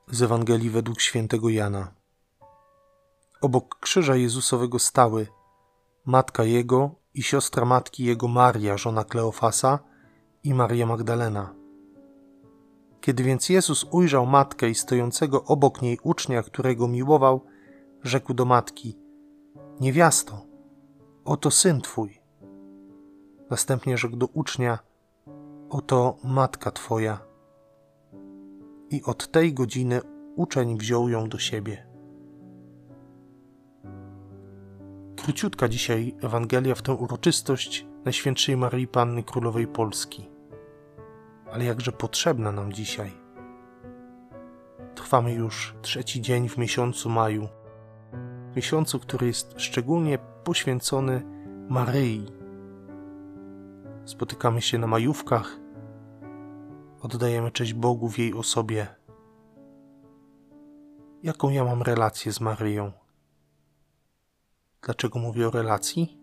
Z Ewangelii według świętego Jana. Obok krzyża Jezusowego stały matka Jego i siostra matki Jego Maria, żona Kleofasa, i Maria Magdalena. Kiedy więc Jezus ujrzał matkę i stojącego obok niej ucznia, którego miłował, rzekł do matki: Niewiasto, oto syn twój. Następnie rzekł do ucznia: Oto matka twoja. I od tej godziny uczeń wziął ją do siebie. Króciutka dzisiaj Ewangelia w tę uroczystość Najświętszej Maryi Panny Królowej Polski. Ale jakże potrzebna nam dzisiaj. Trwamy już 3. dzień w miesiącu maju. Miesiącu, który jest szczególnie poświęcony Maryi. Spotykamy się na majówkach. Oddajemy cześć Bogu w jej osobie. Jaką ja mam relację z Maryją? Dlaczego mówię o relacji?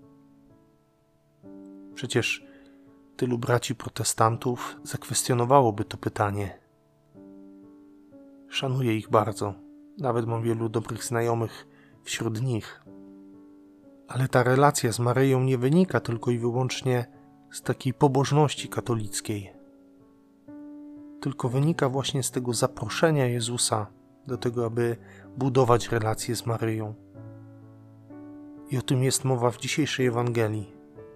Przecież tylu braci protestantów zakwestionowałoby to pytanie. Szanuję ich bardzo. Nawet mam wielu dobrych znajomych wśród nich. Ale ta relacja z Maryją nie wynika tylko i wyłącznie z takiej pobożności katolickiej. Tylko wynika właśnie z tego zaproszenia Jezusa do tego, aby budować relacje z Maryją. I o tym jest mowa w dzisiejszej Ewangelii.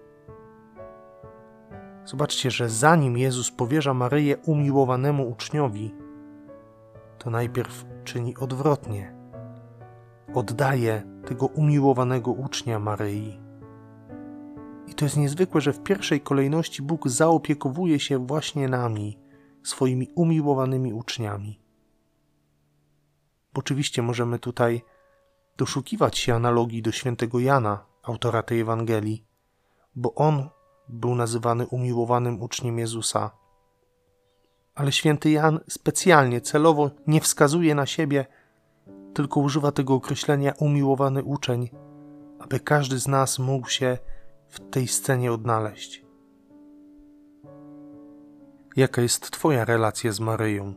Zobaczcie, że zanim Jezus powierza Maryję umiłowanemu uczniowi, to najpierw czyni odwrotnie. Oddaje tego umiłowanego ucznia Maryi. I to jest niezwykłe, że w pierwszej kolejności Bóg zaopiekowuje się właśnie nami, swoimi umiłowanymi uczniami. Oczywiście możemy tutaj doszukiwać się analogii do świętego Jana, autora tej Ewangelii, bo on był nazywany umiłowanym uczniem Jezusa. Ale święty Jan specjalnie, celowo nie wskazuje na siebie, tylko używa tego określenia umiłowany uczeń, aby każdy z nas mógł się w tej scenie odnaleźć. Jaka jest twoja relacja z Maryją?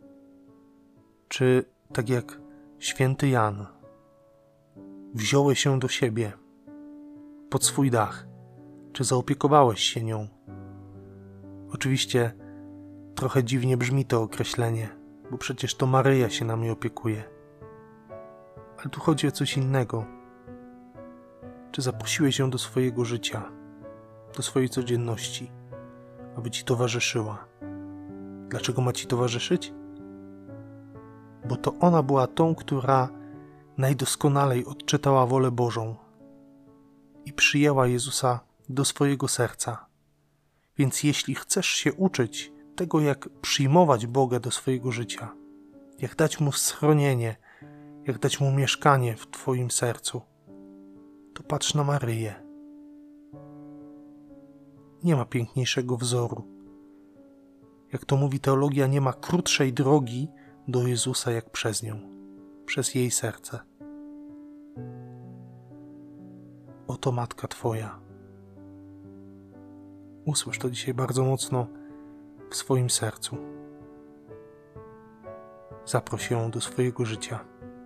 Czy, tak jak święty Jan, wziąłeś ją do siebie, pod swój dach? Czy zaopiekowałeś się nią? Oczywiście trochę dziwnie brzmi to określenie, bo przecież to Maryja się nami opiekuje. Ale tu chodzi o coś innego. Czy zaprosiłeś ją do swojego życia, do swojej codzienności, aby ci towarzyszyła? Dlaczego ma ci towarzyszyć? Bo to ona była tą, która najdoskonalej odczytała wolę Bożą i przyjęła Jezusa do swojego serca. Więc jeśli chcesz się uczyć tego, jak przyjmować Boga do swojego życia, jak dać Mu schronienie, jak dać Mu mieszkanie w twoim sercu, to patrz na Maryję. Nie ma piękniejszego wzoru. Jak to mówi teologia, nie ma krótszej drogi do Jezusa jak przez nią, przez jej serce. Oto matka twoja. Usłysz to dzisiaj bardzo mocno w swoim sercu. Zaproś ją do swojego życia,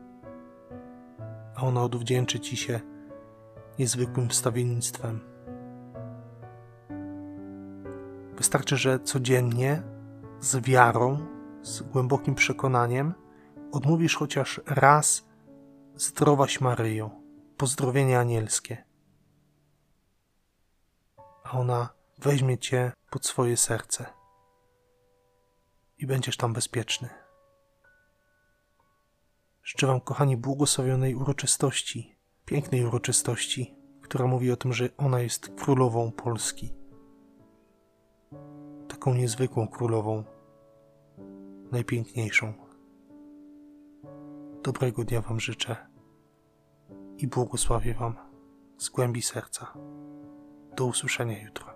a ona odwdzięczy ci się niezwykłym wstawiennictwem. Wystarczy, że codziennie, z wiarą, z głębokim przekonaniem odmówisz chociaż raz Zdrowaś Maryjo, pozdrowienie anielskie. A ona weźmie cię pod swoje serce i będziesz tam bezpieczny. Życzę wam, kochani, błogosławionej uroczystości, pięknej uroczystości, która mówi o tym, że ona jest królową Polski. Taką niezwykłą królową, najpiękniejszą. Dobrego dnia wam życzę i błogosławię wam z głębi serca. Do usłyszenia jutro.